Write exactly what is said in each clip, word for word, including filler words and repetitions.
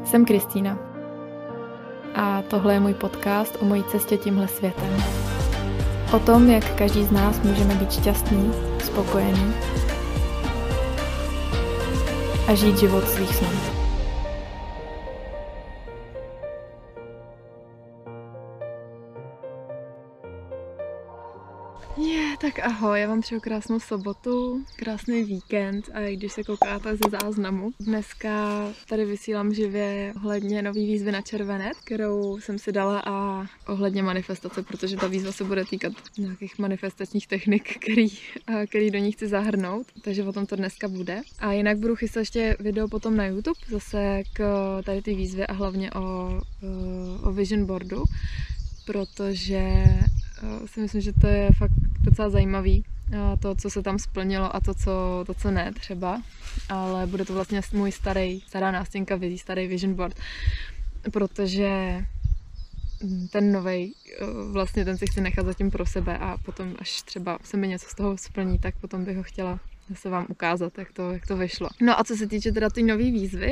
Jsem Kristýna a tohle je můj podcast o mojí cestě tímhle světem. O tom, jak každý z nás můžeme být šťastný, spokojený a žít život svých snů. Je, tak ahoj, já vám přeju krásnou sobotu, krásný víkend a když se koukáte ze záznamu. Dneska tady vysílám živě ohledně nový výzvy na červenec, kterou jsem si dala a ohledně manifestace, protože ta výzva se bude týkat nějakých manifestačních technik, který, který do ní chci zahrnout, takže o tom to dneska bude. A jinak budu chystat ještě video potom na YouTube, zase k tady ty výzvy a hlavně o, o vision boardu, protože si myslím, že to je fakt docela zajímavý, to, co se tam splnilo a to, co, to, co ne třeba, ale bude to vlastně můj starý, stará nástěnka vizí, starý vision board, protože ten novej, vlastně ten si chci nechat zatím pro sebe a potom, až třeba se mi něco z toho splní, tak potom bych ho chtěla se vám ukázat, jak to, jak to vyšlo. No a co se týče teda ty nový výzvy,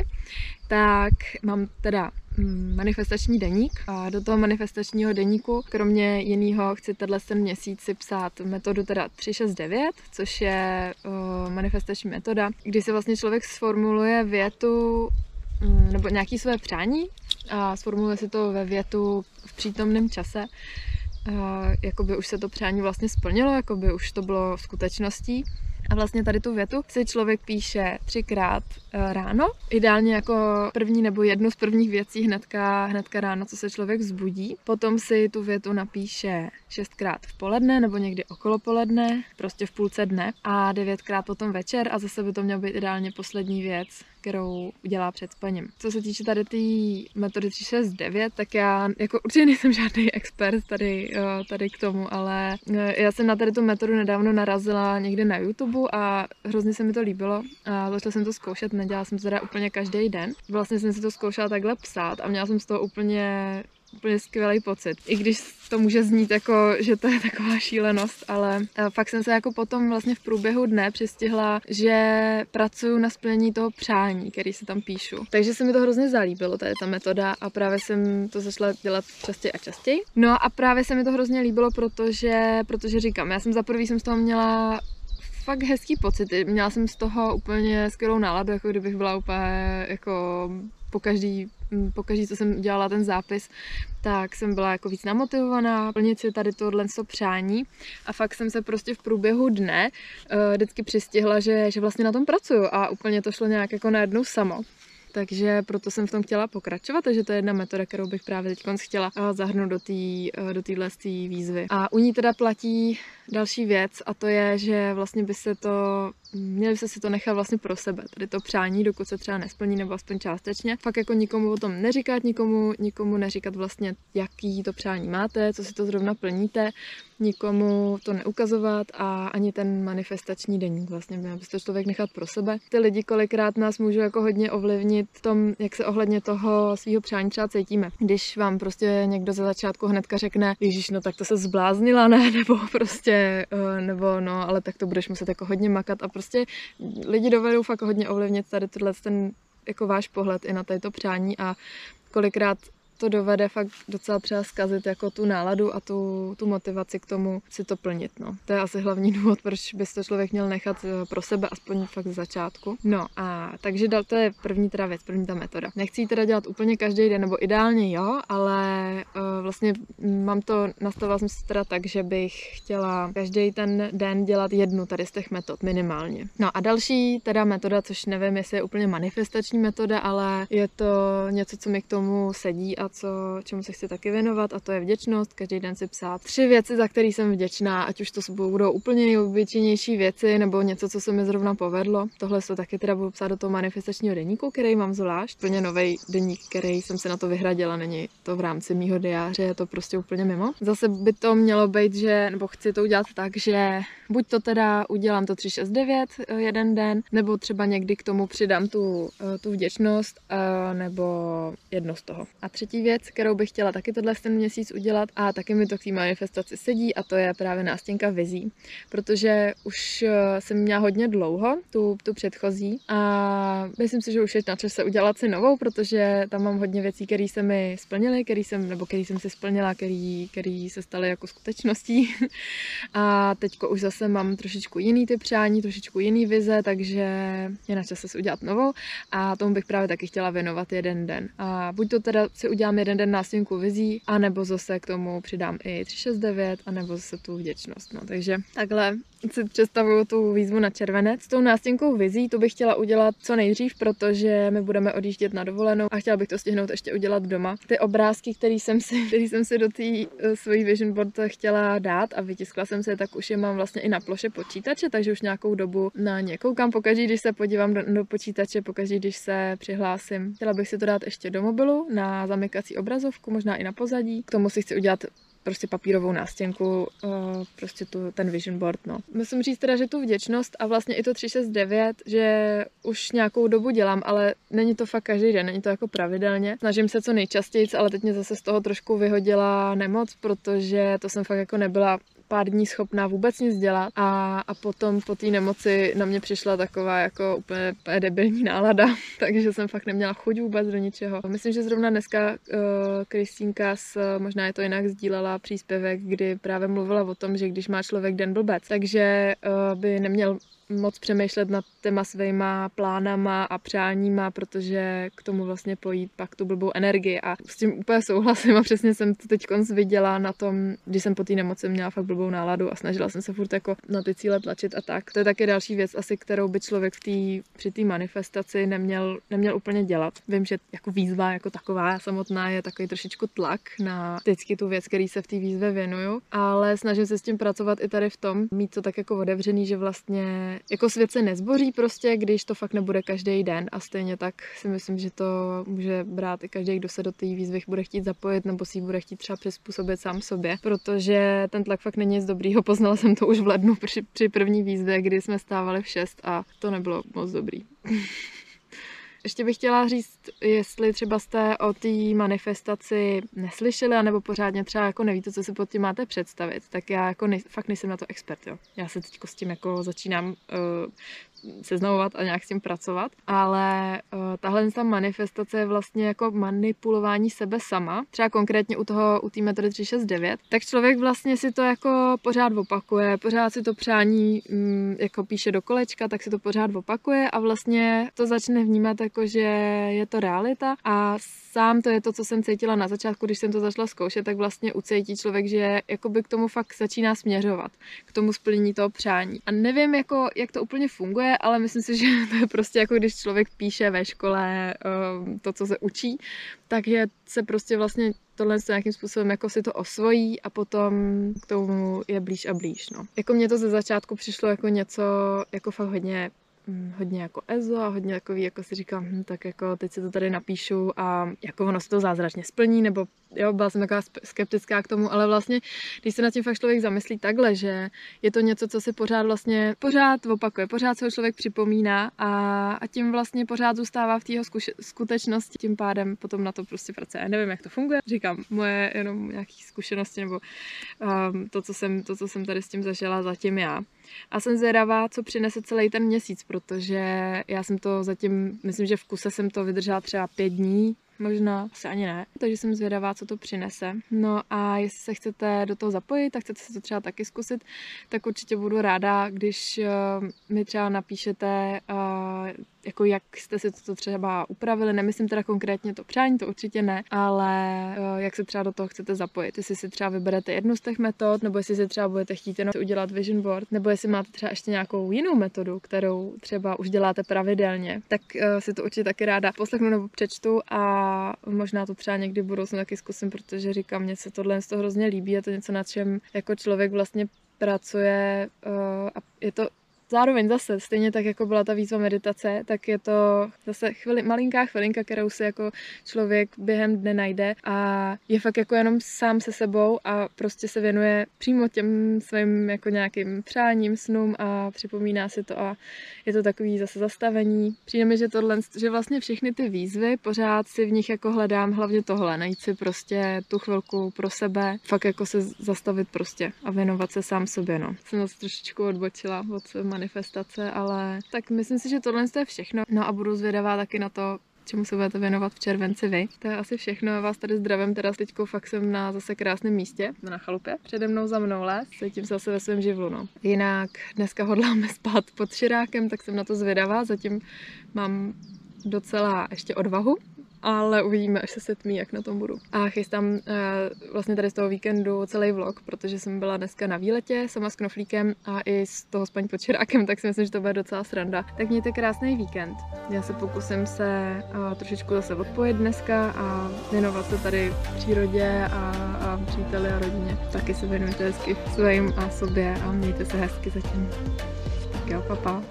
tak mám teda manifestační deník a do toho manifestačního deníku kromě jiného chci tenhle ten měsíc si psát metodu teda tři šest devět, což je uh, manifestační metoda, kdy se vlastně člověk sformuluje větu um, nebo nějaké své přání a sformuluje si to ve větu v přítomném čase, uh, jakoby už se to přání vlastně splnilo, jakoby už to bylo skutečností. A vlastně tady tu větu si člověk píše třikrát ráno, ideálně jako první nebo jednu z prvních věcí hnedka, hnedka ráno, co se člověk vzbudí. Potom si tu větu napíše šestkrát v poledne nebo někdy okolo poledne, prostě v půlce dne a devětkrát potom večer a zase by to mělo být ideálně poslední věc, kterou udělá před spaním. Co se týče tady té tý metody tři šest devět, tak já jako určitě nejsem žádný expert tady, tady k tomu, ale já jsem na tady tu metodu nedávno narazila někde na YouTube a hrozně se mi to líbilo a začala jsem to zkoušet, nedělala jsem to teda úplně každý den. Vlastně jsem si to zkoušela takhle psát a měla jsem z toho úplně úplně skvělý pocit. I když to může znít jako, že to je taková šílenost, ale fakt jsem se jako potom vlastně v průběhu dne přistihla, že pracuju na splnění toho přání, který se tam píšu. Takže se mi to hrozně zalíbilo, tady ta metoda a právě jsem to začala dělat častěji a častěji. No a právě se mi to hrozně líbilo, protože, protože říkám, já jsem za prvý jsem z toho měla fakt hezký pocity. Měla jsem z toho úplně skvělou náladu, jako kdybych byla úplně jako po každý, po každý, co jsem dělala ten zápis, tak jsem byla jako víc namotivovaná, plnit si tady tohle přání a fakt jsem se prostě v průběhu dne uh, vždycky přistihla, že, že vlastně na tom pracuju a úplně to šlo nějak jako najednou samo. Takže proto jsem v tom chtěla pokračovat, takže to je jedna metoda, kterou bych právě teď chtěla zahrnout do té do téhle výzvy. A u ní teda platí další věc a to je, že vlastně by se to, měli by se si to nechat vlastně pro sebe, tady to přání, dokud se třeba nesplní nebo aspoň částečně. Fakt jako nikomu o tom neříkat, nikomu, nikomu neříkat vlastně, jaký to přání máte, co si to zrovna plníte, nikomu to neukazovat a ani ten manifestační deník vlastně, měl by to člověk nechat pro sebe. Ty lidi kolikrát nás můžou jako hodně ovlivnit v tom, jak se ohledně toho svého přání třeba cítíme. Když vám prostě někdo ze začátku hnedka řekne, ježiš, no tak to se zbláznila, ne, nebo prostě, nebo no, ale tak to budeš muset jako hodně makat a prostě lidi dovedou fakt hodně ovlivnit tady tohle ten jako váš pohled i na tady to přání a kolikrát to dovede fakt docela třeba zkazit jako tu náladu a tu, tu motivaci k tomu si to plnit, no. To je asi hlavní důvod, proč by to člověk měl nechat pro sebe, aspoň fakt z začátku. No a takže dal, to je první teda věc, první ta metoda. Nechci ji teda dělat úplně každý den, nebo ideálně jo, ale uh, vlastně mám to, nastavila jsem si teda tak, že bych chtěla každý ten den dělat jednu tady z těch metod minimálně. No a další teda metoda, což nevím, jestli je úplně manifestační metoda, ale je to něco, co mi k tomu sedí a co, čemu se chci taky věnovat a to je vděčnost. Každý den si psát tři věci, za které jsem vděčná, ať už to budou úplně nejobyčejnější věci nebo něco, co se mi zrovna povedlo. Tohle se taky teda budu psát do toho manifestačního deníku, který mám zvlášť. Plně nový deník, který jsem se na to vyhradila, není to v rámci mýho diáře, je to prostě úplně mimo. Zase by to mělo být, že, nebo chci to udělat tak, že buď to teda udělám to tři šest devět jeden den, nebo třeba někdy k tomu přidám tu, tu vděčnost, nebo jedno z toho. A třetí třetí věc, kterou bych chtěla taky tohle ten měsíc udělat a taky mi to k té manifestaci sedí a to je právě nástěnka vizí, protože už jsem měla hodně dlouho tu, tu předchozí a myslím si, že už je na čase udělat si novou, protože tam mám hodně věcí, které se mi splnily, který jsem, nebo který jsem si splnila, který, který se staly jako skutečností a teďko už zase mám trošičku jiný ty přání, trošičku jiný vize, takže je na čase si udělat novou a tomu bych právě taky chtěla věnovat jeden den. A buď to teda si udělám jeden den nástěnku vizí, anebo zase k tomu přidám i tři šest devět, anebo zase tu vděčnost. No, takže takhle si představuju tu výzvu na červenec. S tou nástěnkou vizí tu bych chtěla udělat co nejdřív, protože my budeme odjíždět na dovolenou a chtěla bych to stihnout ještě udělat doma. Ty obrázky, které jsem si, který jsem si do té uh, svojí vision board chtěla dát a vytiskla jsem se, tak už je mám vlastně i na ploše počítače, takže už nějakou dobu na ně koukám pokaždý, když se podívám do, do počítače, pokaždý, když se přihlásím. Chtěla bych si to dát ještě do mobilu na zamykací obrazovku, možná i na pozadí. K tomu si chci udělat prostě papírovou nástěnku, prostě tu, ten vision board, no. Musím říct teda, že tu vděčnost a vlastně i to tři šest devět, že už nějakou dobu dělám, ale není to fakt každý den, není to jako pravidelně. Snažím se co nejčastěji, ale teď mě zase z toho trošku vyhodila nemoc, protože to jsem fakt jako nebyla pár dní schopná vůbec nic dělat a, a potom po té nemoci na mě přišla taková jako úplně, úplně debilní nálada, takže jsem fakt neměla chuť vůbec do ničeho. Myslím, že zrovna dneska uh, Kristýnka, s, možná je to jinak, sdílela příspěvek, kdy právě mluvila o tom, že když má člověk den blbec, takže uh, by neměl moc přemýšlet nad těma svýma plánama a přáníma, protože k tomu vlastně pojí pak tu blbou energii a s tím úplně souhlasím a přesně jsem to teď konc viděla na tom, když jsem po té nemoci měla fakt blbou náladu a snažila jsem se furt jako na ty cíle tlačit a tak. To je taky další věc asi, kterou by člověk v tý, při té manifestaci neměl, neměl úplně dělat. Vím, že jako výzva jako taková samotná je takový trošičku tlak na vždycky tu věc, který se v té výzvě věnuju, ale snažím se s tím pracovat i tady v tom, mít to tak jako otevřený, že vlastně jako svět se nezboří prostě, když to fakt nebude každý den a stejně tak si myslím, že to může brát i každý, kdo se do té výzvy bude chtít zapojit nebo si ji bude chtít třeba přizpůsobit sám sobě, protože ten tlak fakt není nic dobrýho. Poznala jsem to už v lednu při, při první výzvě, kdy jsme stávali v šest a to nebylo moc dobrý. Ještě bych chtěla říct, jestli třeba jste o té manifestaci neslyšeli, anebo pořádně třeba jako nevíte, co si pod tím máte představit, tak já jako nej, fakt nejsem na to expert, jo. Já se teď s tím jako začínám uh, seznamovat a nějak s tím pracovat, ale uh, tahle ta manifestace je vlastně jako manipulování sebe sama, třeba konkrétně u toho, u té metody tři šest devět, tak člověk vlastně si to jako pořád opakuje, pořád si to přání um, jako píše do kolečka, tak si to pořád opakuje a vlastně to začne vnímat jako, že je to realita a sám to je to, co jsem cítila na začátku, když jsem to začala zkoušet, tak vlastně ucítí člověk, že jakoby k tomu fakt začíná směřovat, k tomu splnění toho přání. A nevím, jako, jak to úplně funguje, ale myslím si, že to je prostě jako když člověk píše ve škole to, co se učí, takže se prostě vlastně tohle nějakým způsobem jako si to osvojí a potom k tomu je blíž a blíž. No. Jako mně to ze začátku přišlo jako něco, jako fakt hodně hodně jako ezo a hodně takový, jako si říkám, hm, tak jako teď si to tady napíšu a jako ono se to zázračně splní, nebo jo, byla jsem taková skeptická k tomu, ale vlastně, když se nad tím fakt člověk zamyslí takhle, že je to něco, co si pořád vlastně, pořád opakuje, pořád se ho člověk připomíná a, a tím vlastně pořád zůstává v té skutečnosti, tím pádem potom na to prostě pracuje. Já nevím, jak to funguje, říkám, moje jenom nějaké zkušenosti nebo um, to, co jsem, to, co jsem tady s tím zažila zatím já. A jsem zvědavá, co přinese celý ten měsíc, protože já jsem to zatím, myslím, že v kuse jsem to vydržela třeba pět dní, možná, asi ani ne. Takže jsem zvědavá, co to přinese. No a jestli se chcete do toho zapojit a chcete si to třeba taky zkusit, tak určitě budu ráda, když uh, mi třeba napíšete, uh, jako jak jste si to třeba upravili. Nemyslím teda konkrétně to přání, to určitě ne, ale uh, jak se třeba do toho chcete zapojit. Jestli si třeba vyberete jednu z těch metod, nebo jestli si třeba budete chtít jenom udělat vision board, nebo jestli máte třeba ještě nějakou jinou metodu, kterou třeba už děláte pravidelně, tak uh, si to určitě taky ráda poslechnu nebo přečtu a možná to třeba někdy v budoucnu taky zkusím, protože říkám, mně se tohle z toho hrozně líbí, je to něco, na čem jako člověk vlastně pracuje uh, a je to zároveň zase, stejně tak, jako byla ta výzva meditace, tak je to zase chvili, malinká chvilinka, kterou si jako člověk během dne najde a je fakt jako jenom sám se sebou a prostě se věnuje přímo těm svým jako nějakým přáním, snům a připomíná si to a je to takový zase zastavení. Přijde mi, že tohle, že vlastně všechny ty výzvy, pořád si v nich jako hledám hlavně tohle, najít si prostě tu chvilku pro sebe, fakt jako se zastavit prostě a věnovat se sám sobě, no. Jsem zase trošičku odbočila od manifestace, ale tak myslím si, že tohle je všechno. No a budu zvědavá taky na to, čemu se budete věnovat v červenci vy. To je asi všechno. Já vás tady zdravím, teda teďko fakt jsem na zase krásném místě, na chalupě. Přede mnou, za mnou les, cítím se zase ve svém živlu, no. Jinak dneska hodláme spát pod Širákem, tak jsem na to zvědavá. Zatím mám docela ještě odvahu, ale uvidíme, až se setmí, jak na tom budu. A chystám uh, vlastně tady z toho víkendu celý vlog, protože jsem byla dneska na výletě sama s knoflíkem a i z toho spaní pod Širákem, tak si myslím, že to bude docela sranda. Tak mějte krásný víkend. Já se pokusím se uh, trošičku zase odpojit dneska a věnovat se tady přírodě a, a příteli a rodině. Taky se věnujte hezky svým a sobě a mějte se hezky zatím. Tak jo, pa, pa.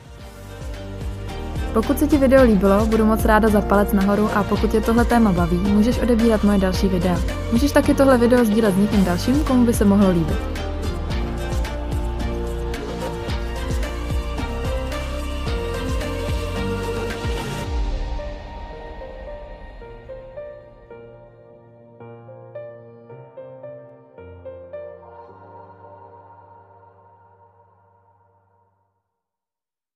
Pokud se ti video líbilo, budu moc ráda za palec nahoru a pokud tě tohle téma baví, můžeš odebírat moje další videa. Můžeš taky tohle video sdílet s někým dalším, komu by se mohlo líbit.